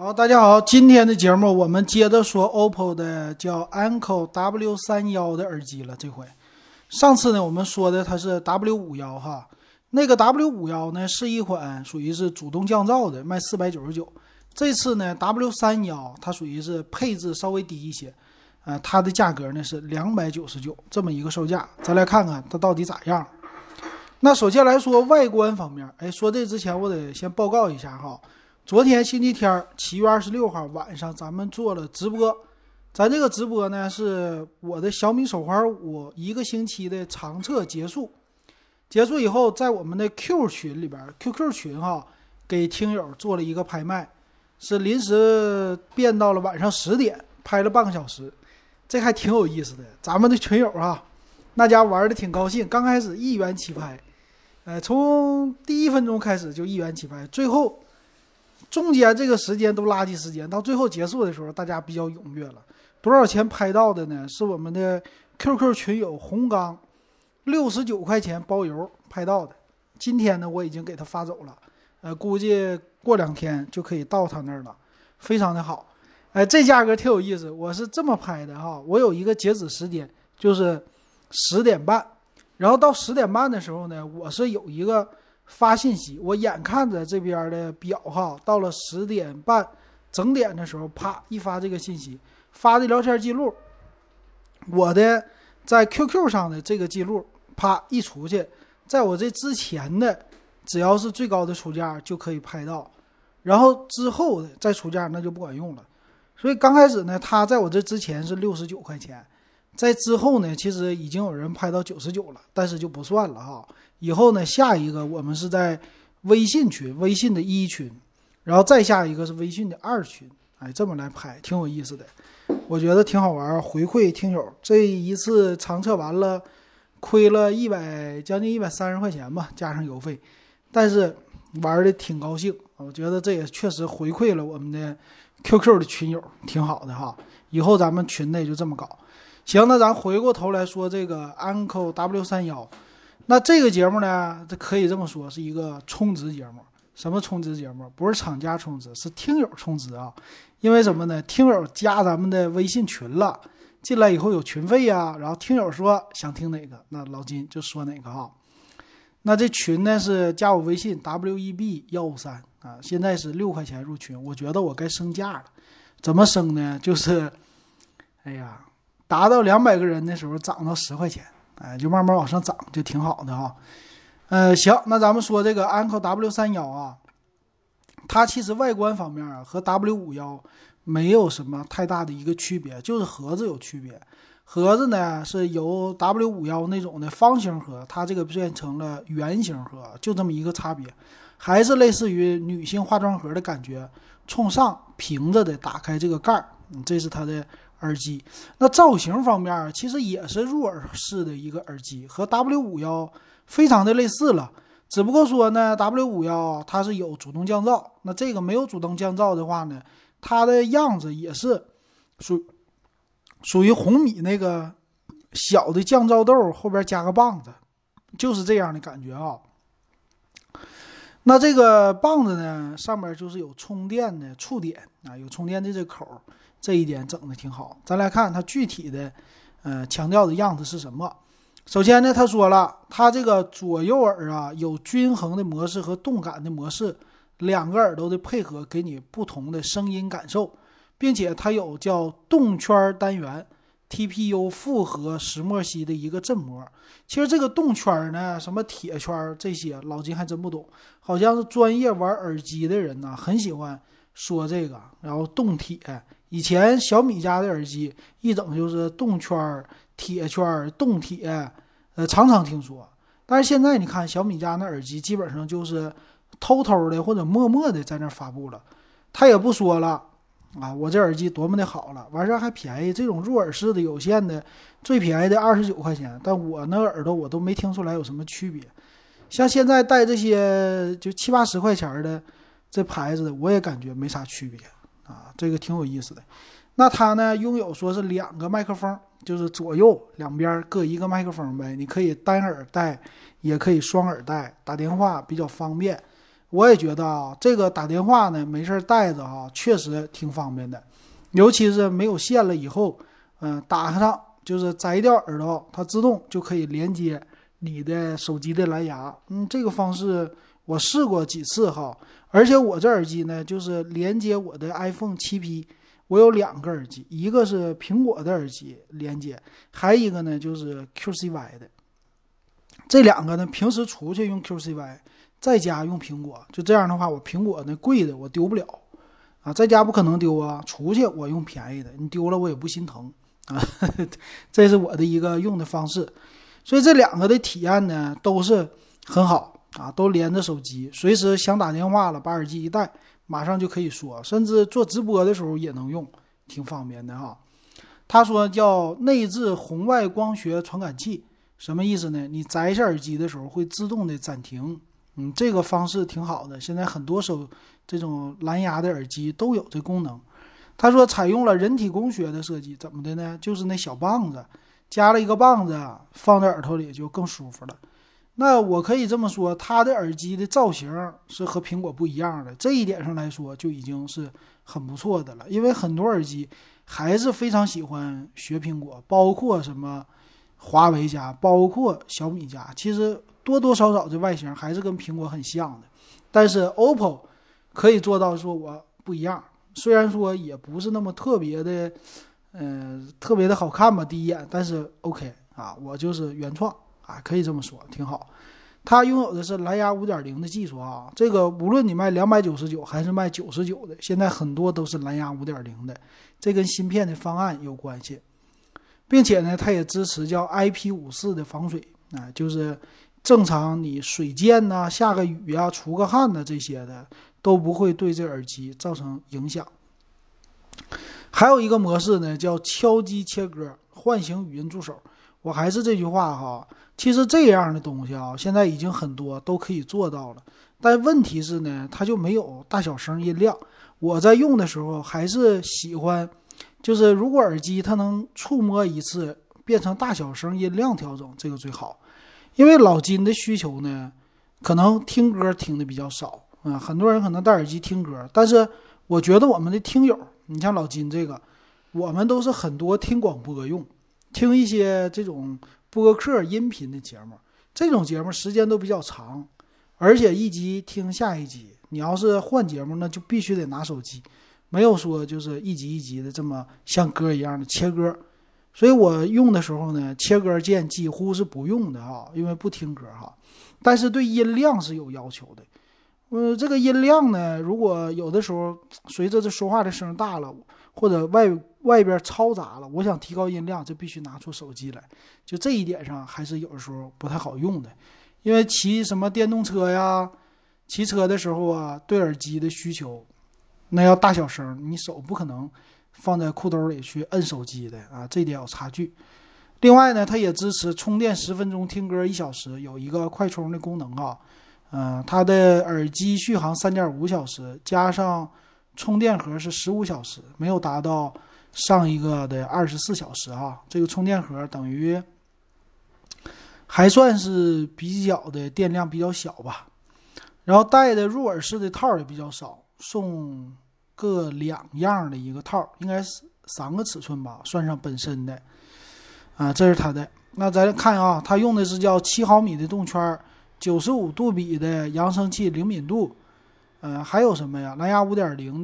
好，大家好，今天的节目我们接着说 OPPO 的叫 Anko W31的耳机了。这回上次呢我们说的它是 W51哈，那个 W51呢是一款属于是主动降噪的，卖499。这次呢 W31它属于是配置稍微低一些，它的价格呢是299，这么一个售价。咱来看看它到底咋样。那首先来说外观方面，说这之前我得先报告一下哈。昨天星期天7月26号晚上咱们做了直播，咱这个直播呢是我的小米手环5一个星期的长测结束以后，在我们的 Q 群里边 QQ 群哈，给听友做了一个拍卖，是临时变到了晚上10点，拍了半个小时，这还挺有意思的。咱们的群友啊，那家玩的挺高兴，刚开始1元起拍，从第1分钟开始就1元起拍，最后中间这个时间都垃圾时间，到最后结束的时候大家比较踊跃了。多少钱拍到的呢？是我们的 QQ 群友红刚69块钱包邮拍到的。今天呢我已经给他发走了，估计过2天就可以到他那儿了，非常的好。这价格挺有意思，我是这么拍的哈，我有一个截止时间就是10点半，然后到10点半的时候呢，我是有一个发信息，我眼看着这边的表哈，到了10点半整点的时候，啪一发这个信息，发的聊天记录，我的在 QQ 上的这个记录，啪一出去，在我这之前的只要是最高的出价就可以拍到，然后之后的再出价那就不管用了。所以刚开始呢，他在我这之前是69块钱，在之后呢，其实已经有人拍到99了，但是就不算了哈。以后呢，下一个我们是在微信群，微信的1群，然后再下一个是微信的2群，这么来拍，挺有意思的，我觉得挺好玩。回馈听友，这一次长测完了，亏了将近130块钱吧，加上邮费，但是玩的挺高兴，我觉得这也确实回馈了我们的 QQ 的群友，挺好的哈。以后咱们群内就这么搞。行，那咱回过头来说这个 Anko W31。那这个节目呢，这可以这么说是一个充值节目。什么充值节目？不是厂家充值，是听友充值啊。因为什么呢？听友加咱们的微信群了，进来以后有群费呀，然后听友说想听哪个，那老金就说哪个哈。那这群呢是加我微信 WEB153啊，现在是6块钱入群，我觉得我该升价了。怎么升呢？就是达到200个人的时候涨到10块钱。就慢慢往上涨，就挺好的哈。行，那咱们说这个 Anko W31啊，它其实外观方面和 W51没有什么太大的一个区别，就是盒子有区别。盒子呢是由 W51那种的方形盒，它这个变成了圆形盒，就这么一个差别，还是类似于女性化妆盒的感觉，冲上平着的打开这个盖这是它的耳机。那造型方面其实也是入耳式的一个耳机，和 W51非常的类似了，只不过说呢 W51它是有主动降噪，那这个没有主动降噪的话呢，它的样子也是属于红米那个小的降噪豆后边加个棒子，就是这样的感觉啊。那这个棒子呢上面就是有充电的触点有充电的这口，这一点整的挺好。咱来看它具体的强调的样子是什么。首先呢，他说了，它这个左右耳有均衡的模式和动感的模式，两个耳朵的配合给你不同的声音感受，并且它有叫动圈单元 TPU 复合石墨烯的一个振膜。其实这个动圈呢，什么铁圈这些老金还真不懂，好像是专业玩耳机的人呢很喜欢说这个。然后动铁，以前小米家的耳机一整就是动圈铁圈动铁，常常听说。但是现在你看小米家那耳机基本上就是偷偷的或者默默的在那发布了，他也不说了我这耳机多么的好了，完事还便宜，这种入耳式的有线的最便宜的29块钱，但我那个耳朵我都没听出来有什么区别。像现在带这些就70-80块钱的这牌子的，我也感觉没啥区别这个挺有意思的。那它呢拥有说是2个麦克风，就是左右两边各一个麦克风呗，你可以单耳戴也可以双耳戴，打电话比较方便。 我也觉得啊，这个打电话呢没事带着啊，确实挺方便的，尤其是没有线了以后，打上就是摘掉耳朵，它自动就可以连接你的手机的蓝牙。这个方式我试过几次哈，而且我这耳机呢就是连接我的 iPhone 7P，我有两个耳机，一个是苹果的耳机连接，还有一个呢就是 QCY 的。这两个呢，平时出去用 QCY， 在家用苹果，就这样的话，我苹果那贵的我丢不了啊，在家不可能丢啊，出去我用便宜的，你丢了我也不心疼啊，这是我的一个用的方式。所以这两个的体验呢都是很好啊，都连着手机，随时想打电话了，把耳机一戴，马上就可以说，甚至做直播的时候也能用，挺方便的哈。他说叫内置红外光学传感器，什么意思呢？你摘下耳机的时候会自动的暂停，这个方式挺好的。现在很多这种蓝牙的耳机都有这功能。他说采用了人体工学的设计，怎么的呢？就是那小棒子，加了一个棒子放在耳朵里就更舒服了。那我可以这么说，它的耳机的造型是和苹果不一样的，这一点上来说就已经是很不错的了。因为很多耳机还是非常喜欢学苹果，包括什么华为家，包括小米家，其实多多少少这外形还是跟苹果很像的。但是 OPPO 可以做到说我不一样，虽然说也不是那么特别的，特别的好看吧，第一眼，但是 OK 啊，我就是原创啊，可以这么说，挺好。它拥有的是蓝牙 5.0 的技术啊，这个无论你卖299还是卖99的，现在很多都是蓝牙 5.0 的，这跟芯片的方案有关系。并且呢，它也支持叫 IP54 的防水啊，就是正常你水溅呐、下个雨啊、出个汗呐这些的都不会对这耳机造成影响。还有一个模式呢，叫敲击切歌唤醒语音助手。我还是这句话哈，其实这样的东西啊，现在已经很多都可以做到了，但问题是呢，它就没有大小声音量。我在用的时候还是喜欢，就是如果耳机它能触摸一次变成大小声音量调整，这个最好。因为老金的需求呢，可能听歌听的比较少啊，很多人可能戴耳机听歌，但是我觉得我们的听友，你像老金这个，我们都是很多听广播用，听一些这种播客音频的节目，这种节目时间都比较长，而且一集听下一集，你要是换节目那就必须得拿手机，没有说就是一集一集的这么像歌一样的切歌。所以我用的时候呢，切歌键几乎是不用的哈，因为不听歌哈。但是对音量是有要求的。这个音量呢，如果有的时候随着这说话的声大了，或者外边嘈杂了，我想提高音量，就必须拿出手机来。就这一点上，还是有的时候不太好用的。因为骑什么电动车呀，骑车的时候啊，对耳机的需求，那要大小声，你手不可能放在裤兜里去摁手机的啊，这点有差距。另外呢，它也支持充电10分钟，听歌1小时，有一个快充的功能啊。它的耳机续航3.5小时，加上充电盒是15小时，没有达到上一个的24小时啊。这个充电盒等于还算是比较的电量比较小吧。然后带的入耳式的套也比较少，送各2样的一个套，应该是3个尺寸吧，算上本身的啊，这是它的。那咱看啊，它用的是叫7毫米的动圈，95杜比的扬声器灵敏度，还有什么呀？蓝牙5.0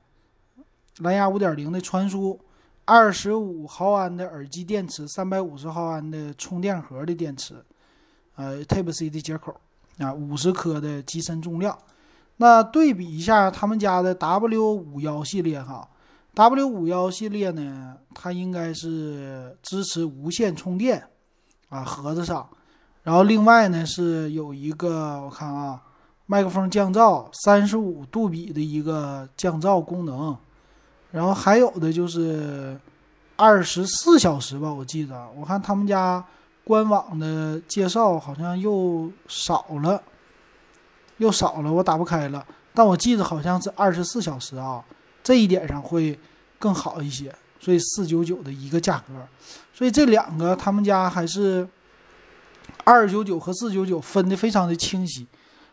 的传输，25毫安的耳机电池，350毫安的充电盒的电池，Type C 的接口啊，50克的机身重量。那对比一下他们家的 W51 系列哈。W51 系列呢，它应该是支持无线充电啊，盒子上。然后另外呢是有一个我看啊，麦克风降噪，35杜比的一个降噪功能。然后还有的就是24小时吧，我记得我看他们家官网的介绍好像又少了，我打不开了。但我记得好像是24小时啊。这一点上会更好一些，所以499的一个价格，所以这两个他们家还是299和499分的非常的清晰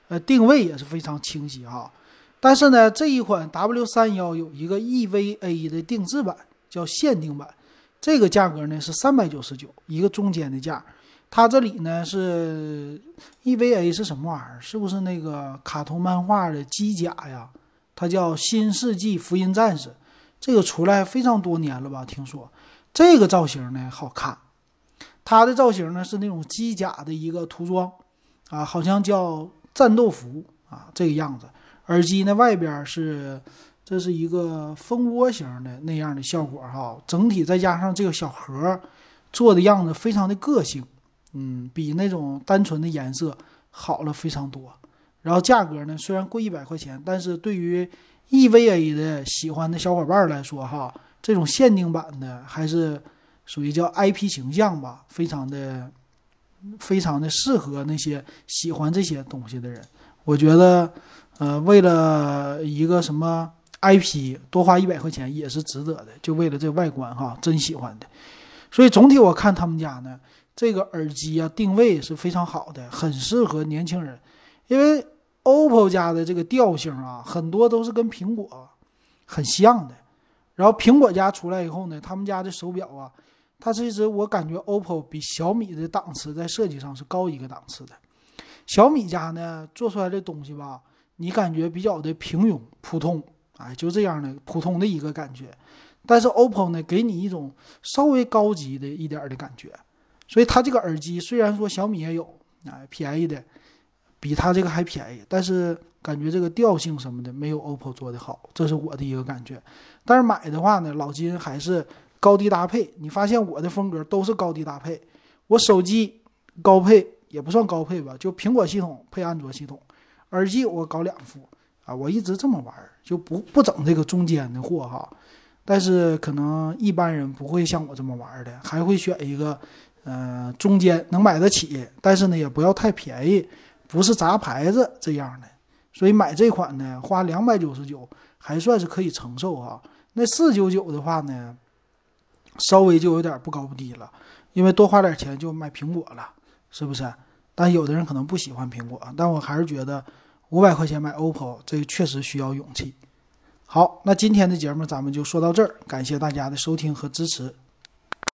定位也是非常清晰哈。但是呢，这一款 W31有一个 EVA 的定制版，叫限定版，这个价格呢是399，一个中间的价。它这里呢是 EVA 是什么玩意儿？是不是那个卡通漫画的机甲呀？它叫新世纪福音战士，这个出来非常多年了吧？听说这个造型呢好看，它的造型呢是那种机甲的一个涂装啊，好像叫战斗服啊这个样子。耳机呢外边这是一个蜂窝型的那样的效果哈，整体再加上这个小盒做的样子非常的个性，比那种单纯的颜色好了非常多。然后价格呢虽然贵100块钱，但是对于 EVA 的喜欢的小伙伴来说哈，这种限定版的还是属于叫 IP 形象吧，非常的适合那些喜欢这些东西的人。我觉得为了一个什么 IP 多花100块钱也是值得的，就为了这外观哈，真喜欢的。所以总体我看他们家呢，这个耳机啊定位是非常好的，很适合年轻人。因为 OPPO 家的这个调性啊，很多都是跟苹果很像的。然后苹果家出来以后呢，他们家的手表啊，它其实我感觉 OPPO 比小米的档次在设计上是高一个档次的。小米家呢做出来的东西吧，你感觉比较的平庸普通，就这样的普通的一个感觉。但是 OPPO 呢给你一种稍微高级的一点的感觉。所以它这个耳机虽然说小米也有便宜的，比它这个还便宜，但是感觉这个调性什么的没有 OPPO 做的好，这是我的一个感觉。但是买的话呢，老金还是高低搭配。你发现我的风格都是高低搭配，我手机高配也不算高配吧，就苹果系统配安卓系统，耳机我搞2副我一直这么玩，就不整这个中间的货哈。但是可能一般人不会像我这么玩的，还会选一个中间能买得起，但是呢也不要太便宜，不是杂牌子这样的。所以买这款呢花299还算是可以承受哈。那499的话呢稍微就有点不高不低了，因为多花点钱就买苹果了，是不是？但有的人可能不喜欢苹果，但我还是觉得500块钱买 OPPO 这个确实需要勇气。好，那今天的节目咱们就说到这儿，感谢大家的收听和支持。